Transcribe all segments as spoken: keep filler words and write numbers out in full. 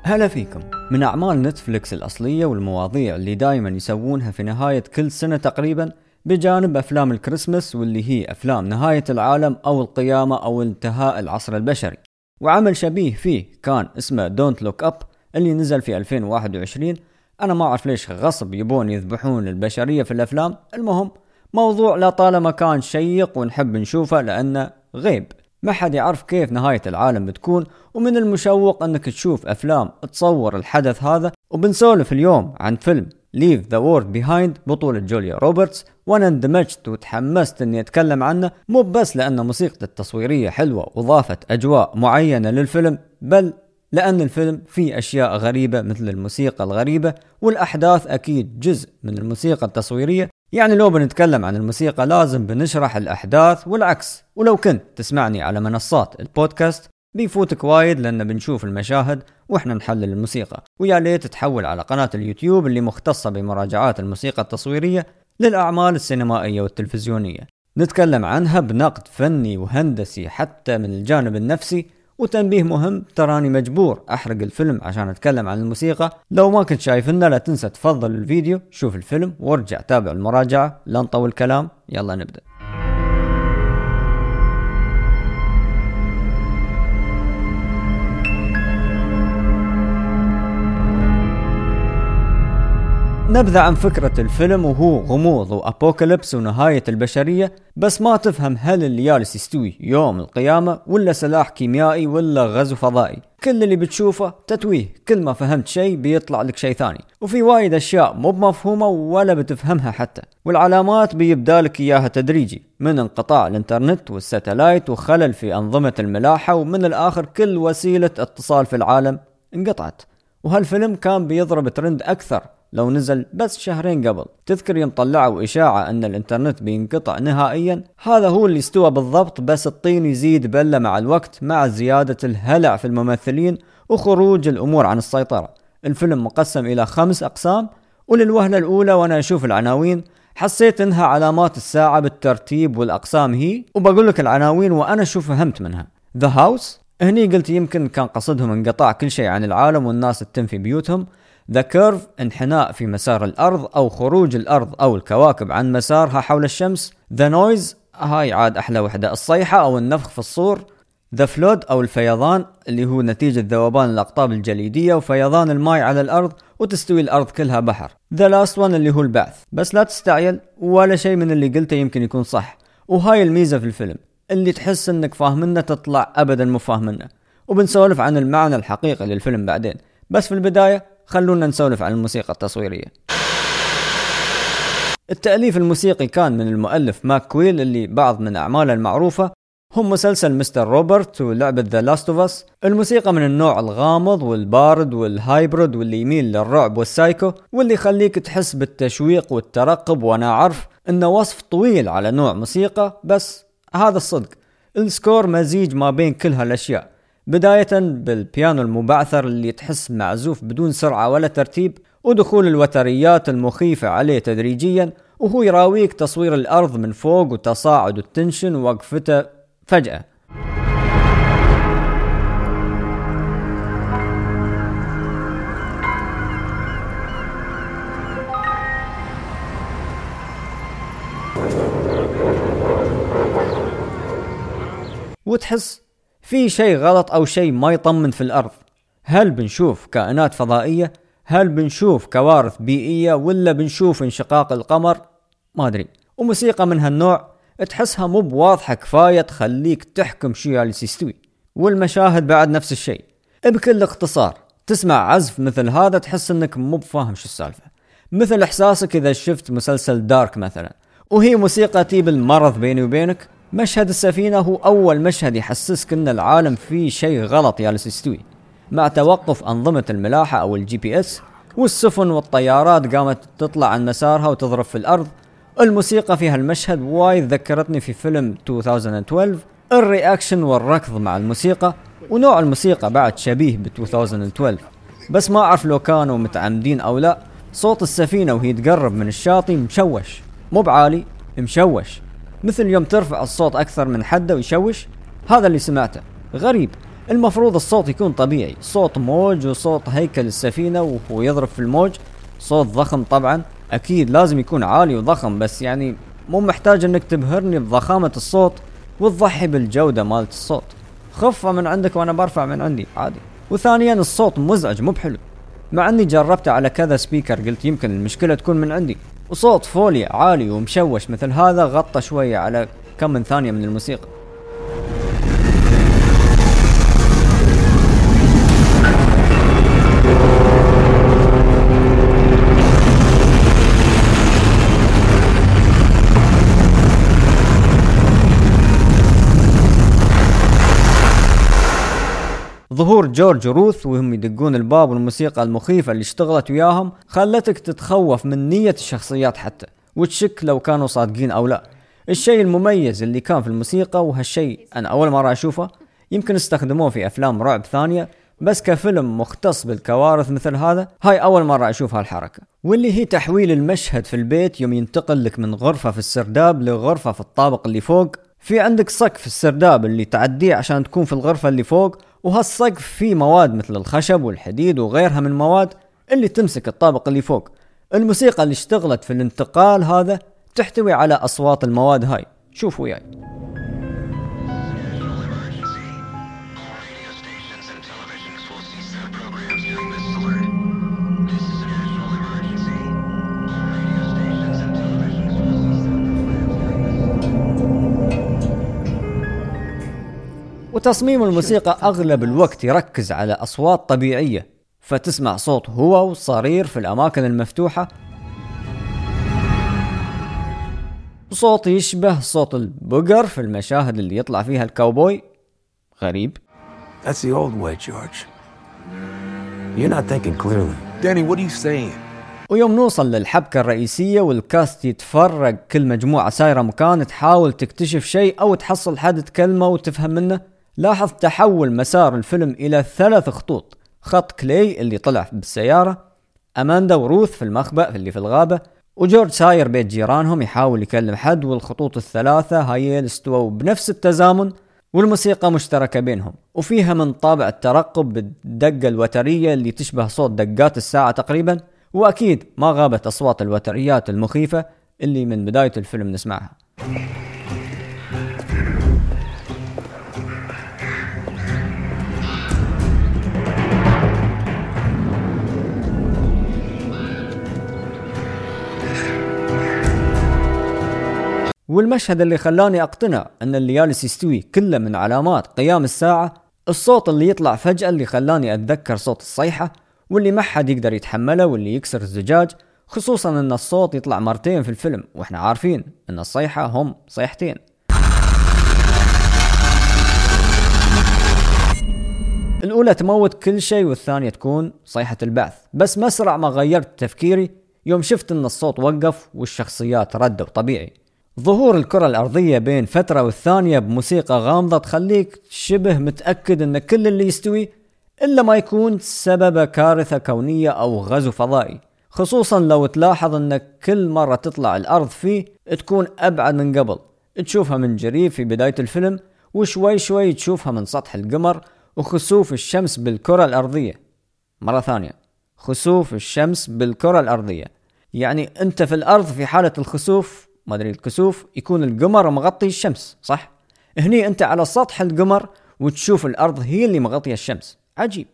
هلا فيكم. من أعمال نتفليكس الأصلية والمواضيع اللي دايما يسوونها في نهاية كل سنة تقريبا بجانب أفلام الكريسماس، واللي هي أفلام نهاية العالم أو القيامة أو انتهاء العصر البشري. وعمل شبيه فيه كان اسمه Don't Look Up اللي نزل في ألفين وواحد وعشرين. أنا ما أعرف ليش غصب يبون يذبحون البشرية في الأفلام. المهم، موضوع لا طالما كان شيق ونحب نشوفه لأنه غيب، ما حد يعرف كيف نهاية العالم بتكون، ومن المشوق أنك تشوف أفلام تصور الحدث هذا. وبنسولف اليوم عن فيلم Leave the World Behind بطولة جوليا روبرتس، وأنا اندمجت وتحمست أني أتكلم عنه، مو بس لأن موسيقى التصويرية حلوة وضافت أجواء معينة للفيلم، بل لأن الفيلم فيه أشياء غريبة مثل الموسيقى الغريبة، والأحداث أكيد جزء من الموسيقى التصويرية. يعني لو بنتكلم عن الموسيقى لازم بنشرح الأحداث والعكس. ولو كنت تسمعني على منصات البودكاست بيفوتك وايد، لأن بنشوف المشاهد وإحنا نحلل الموسيقى. ويا ليت تحول على قناة اليوتيوب اللي مختصة بمراجعات الموسيقى التصويرية للأعمال السينمائية والتلفزيونية، نتكلم عنها بنقد فني وهندسي حتى من الجانب النفسي. وتنبيه مهم، تراني مجبور أحرق الفيلم عشان أتكلم عن الموسيقى. لو ما كنت شايفنا لا تنسى تفضل الفيديو، شوف الفيلم وارجع تابع المراجعة. لا نطول كلام، يلا نبدأ. نبذة عن فكرة الفيلم، وهو غموض وأبوكاليبس ونهاية البشرية، بس ما تفهم هل الليالس يستوي يوم القيامة ولا سلاح كيميائي ولا غزو فضائي. كل اللي بتشوفه تتويه، كل ما فهمت شيء بيطلع لك شيء ثاني، وفي وايد أشياء مو مفهومة ولا بتفهمها حتى. والعلامات بيبدالك إياها تدريجي، من انقطاع الانترنت والساتلايت وخلل في أنظمة الملاحة، ومن الآخر كل وسيلة اتصال في العالم انقطعت. وهالفيلم كان بيضرب ترند أكثر لو نزل بس شهرين قبل. تذكر يوم طلعوا إشاعة أن الإنترنت بينقطع نهائيا؟ هذا هو اللي استوى بالضبط، بس الطين يزيد بلة مع الوقت، مع زيادة الهلع في الممثلين وخروج الأمور عن السيطرة. الفيلم مقسم إلى خمس أقسام، وللوهلة الأولى وأنا أشوف العناوين حسيت إنها علامات الساعة بالترتيب والأقسام هي، وبقول لك العناوين وأنا شو فهمت منها. The House، هني قلت يمكن كان قصدهم انقطاع كل شيء عن العالم والناس تتم في بيوتهم. The Curve، انحناء في مسار الأرض أو خروج الأرض أو الكواكب عن مسارها حول الشمس. The Noise، هاي عاد أحلى وحدة، الصيحة أو النفخ في الصور. The Flood أو الفيضان، اللي هو نتيجة ذوبان الأقطاب الجليدية وفيضان الماء على الأرض وتستوي الأرض كلها بحر. The Last One اللي هو البعث. بس لا تستعجل، ولا شيء من اللي قلته يمكن يكون صح، وهاي الميزة في الفيلم، اللي تحس انك فاهمنا تطلع أبدا مو فاهمنا. وبنسولف عن المعنى الحقيقي للفيلم بعدين، بس في البداية خلونا نسولف عن الموسيقى التصويرية. التأليف الموسيقي كان من المؤلف ماك كويل، اللي بعض من أعماله المعروفة هم مسلسل مستر روبرت ولعبة ذا لاست اوف اس. الموسيقى من النوع الغامض والبارد والهايبرد، واللي يميل للرعب والسايكو، واللي يخليك تحس بالتشويق والترقب. وانا عارف انه وصف طويل على نوع موسيقى، بس هذا الصدق. السكور مزيج ما بين كل هالاشياء، بداية بالبيانو المبعثر اللي تحس معزوف بدون سرعة ولا ترتيب، ودخول الوتريات المخيفة عليه تدريجيا، وهو يراويك تصوير الأرض من فوق وتصاعد التنشن ووقفته فجأة. وتحس في شيء غلط أو شيء ما يطمن في الأرض. هل بنشوف كائنات فضائية؟ هل بنشوف كوارث بيئية؟ ولا بنشوف انشقاق القمر؟ ما أدري. وموسيقى من هالنوع تحسها مو بواضحة كفاية تخليك تحكم شو اللي يستوي. والمشاهد بعد نفس الشيء. بكل اختصار، تسمع عزف مثل هذا تحس انك مو بفاهم شو السالفة، مثل احساسك اذا شفت مسلسل دارك مثلا وهي موسيقى تجيب المرض بيني وبينك. مشهد السفينة هو أول مشهد يحسسك أن العالم فيه شيء غلط يالس يستوي، مع توقف أنظمة الملاحة أو الجي بي اس، والسفن والطيارات قامت تطلع عن مسارها وتضرب في الأرض. الموسيقى في هالمشهد وايد ذكرتني في فيلم ألفين واثناشر. الرياكشن والركض مع الموسيقى، ونوع الموسيقى بعد شبيه ب ألفين واثناشر، بس ما أعرف لو كانوا متعمدين أو لا. صوت السفينة وهي تقرب من الشاطئ مشوش، مو بعالي، مشوش، مثل يوم ترفع الصوت أكثر من حده ويشوش. هذا اللي سمعته غريب، المفروض الصوت يكون طبيعي، صوت موج وصوت هيكل السفينة وهو يضرب في الموج، صوت ضخم طبعا، أكيد لازم يكون عالي وضخم، بس يعني مو محتاج انك تبهرني بضخامة الصوت وتضحي بالجودة مالت الصوت. خفة من عندك وانا برفع من عندي عادي. وثانيا الصوت مزعج مو بحلو، مع اني جربته على كذا سبيكر قلت يمكن المشكلة تكون من عندي. وصوت فولي عالي ومشوش مثل هذا غطى شوية على كم من ثانية من الموسيقى. ظهور جورج وروث وهم يدقون الباب والموسيقى المخيفة اللي اشتغلت وياهم خلتك تتخوف من نية الشخصيات حتى، وتشك لو كانوا صادقين أو لا. الشيء المميز اللي كان في الموسيقى، وهالشيء أنا أول مرة أشوفه، يمكن استخدموه في أفلام رعب ثانية، بس كفيلم مختص بالكوارث مثل هذا هاي أول مرة أشوف هالحركة، واللي هي تحويل المشهد في البيت يوم ينتقل لك من غرفة في السرداب لغرفة في الطابق اللي فوق. في عندك سقف السرداب اللي تعديه عشان تكون في الغرفة اللي فوق، وهالسقف فيه مواد مثل الخشب والحديد وغيرها من المواد اللي تمسك الطابق اللي فوق. الموسيقى اللي اشتغلت في الانتقال هذا تحتوي على أصوات المواد هاي، شوفوا وياي. وتصميم الموسيقى أغلب الوقت يركز على أصوات طبيعية، فتسمع صوت هو وصرير في الأماكن المفتوحة، وصوت يشبه صوت البقر في المشاهد اللي يطلع فيها الكاوبوي. غريب. That's the old way, George. You're not thinking clearly. Danny, what are you saying? ويوم نوصل للحبكة الرئيسية والكاست يتفرق، كل مجموعة سايرة مكان تحاول تكتشف شيء أو تحصل حد تكلمه وتفهم منه. لاحظ تحول مسار الفيلم إلى ثلاث خطوط: خط كلي اللي طلع بالسيارة، أماندا وروث في المخبأ اللي في الغابة، وجورج ساير بيت جيرانهم يحاول يكلم حد. والخطوط الثلاثة هاي استووا بنفس التزامن، والموسيقى مشتركة بينهم، وفيها من طابع الترقب بالدقة الوترية اللي تشبه صوت دقات الساعة تقريبا. وأكيد ما غابت أصوات الوتريات المخيفة اللي من بداية الفيلم نسمعها. والمشهد اللي خلاني أقتنع أن الليالي سيستوي كله من علامات قيام الساعة، الصوت اللي يطلع فجأة اللي خلاني أتذكر صوت الصيحة، واللي ما حد يقدر يتحمله، واللي يكسر الزجاج، خصوصا أن الصوت يطلع مرتين في الفيلم، وإحنا عارفين أن الصيحة هم صيحتين. الأولى تموت كل شيء، والثانية تكون صيحة البعث. بس مسرع ما غيرت تفكيري يوم شفت أن الصوت وقف والشخصيات ردوا طبيعي. ظهور الكرة الأرضية بين فترة والثانية بموسيقى غامضة تخليك شبه متأكد أن كل اللي يستوي إلا ما يكون سبب كارثة كونية أو غزو فضائي، خصوصا لو تلاحظ أن كل مرة تطلع الأرض فيه تكون أبعد من قبل. تشوفها من جريف في بداية الفيلم، وشوي شوي تشوفها من سطح القمر، وخسوف الشمس بالكرة الأرضية. مرة ثانية، خسوف الشمس بالكرة الأرضية، يعني أنت في الأرض في حالة الخسوف، ما أدري الكسوف، يكون القمر مغطي الشمس صح؟ هني أنت على سطح القمر وتشوف الأرض هي اللي مغطية الشمس. عجيب.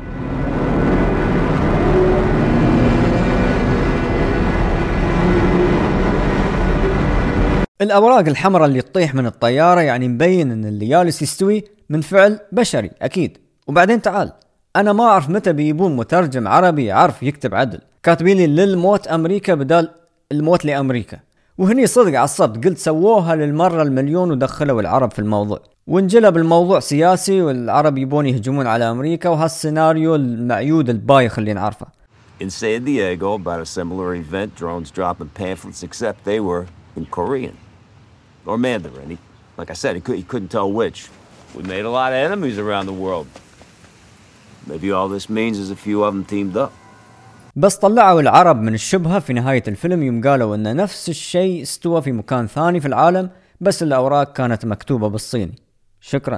الأوراق الحمراء اللي تطيح من الطيارة يعني مبين أن الليالي يستوي من فعل بشري أكيد. وبعدين تعال، أنا ما أعرف متى بيبون مترجم عربي يعرف يكتب عدل، كاتبيني للموت أمريكا بدال الموت لأمريكا. وهني صدق عصبت، قلت سووها للمرة المليون ودخلوا العرب في الموضوع، وانجلب الموضوع سياسي والعرب يبون يهجمون على أمريكا، وهالسيناريو المعيود البايخ اللي نعرفه. In San Diego, about a similar event, drones dropping pamphlets, except they were in Korean or Mandarin. He, like I said, he, could, he couldn't tell which. We made a lot of enemies around the world. Maybe all this means is a few of them teamed up. بس طلعوا العرب من الشبهة في نهاية الفيلم يوم قالوا أن نفس الشيء استوى في مكان ثاني في العالم، بس الأوراق كانت مكتوبة بالصيني. شكرا.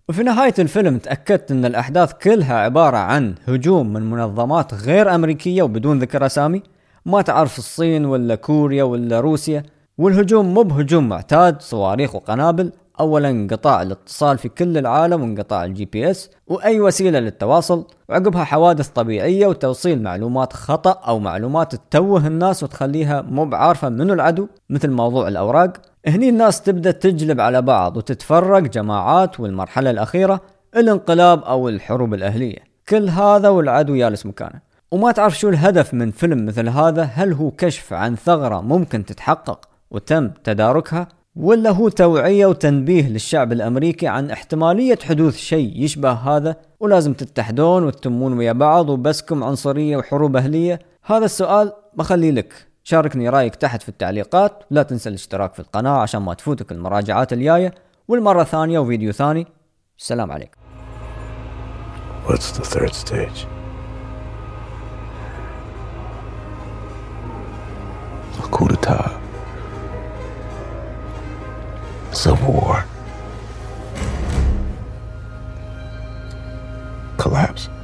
وفي نهاية الفيلم تأكدت أن الأحداث كلها عبارة عن هجوم من منظمات غير أمريكية وبدون ذكر أسامي، ما تعرف الصين ولا كوريا ولا روسيا، والهجوم مو بهجوم معتاد صواريخ وقنابل. أولا انقطاع الاتصال في كل العالم وانقطاع الجي بي اس وأي وسيلة للتواصل، وعقبها حوادث طبيعية وتوصيل معلومات خطأ أو معلومات تتوه الناس وتخليها مو بعارفة منو العدو، مثل موضوع الأوراق. هني الناس تبدأ تجلب على بعض وتتفرق جماعات، والمرحلة الأخيرة الانقلاب أو الحروب الأهلية. كل هذا والعدو يالس مكانه، وما تعرف شو الهدف من فيلم مثل هذا. هل هو كشف عن ثغرة ممكن تتحقق وتم تداركها، ولا هو توعية وتنبيه للشعب الأمريكي عن احتمالية حدوث شيء يشبه هذا ولازم تتحدون وتتمون ويا بعض وبسكم عنصرية وحروب أهلية؟ هذا السؤال بخلي لك. شاركني رأيك تحت في التعليقات، لا تنسى الاشتراك في القناة عشان ما تفوتك المراجعات الجاية، والمرة ثانية وفيديو ثاني. السلام عليكم. What's the third stage? A coup d'etat. Civil war. Collapse.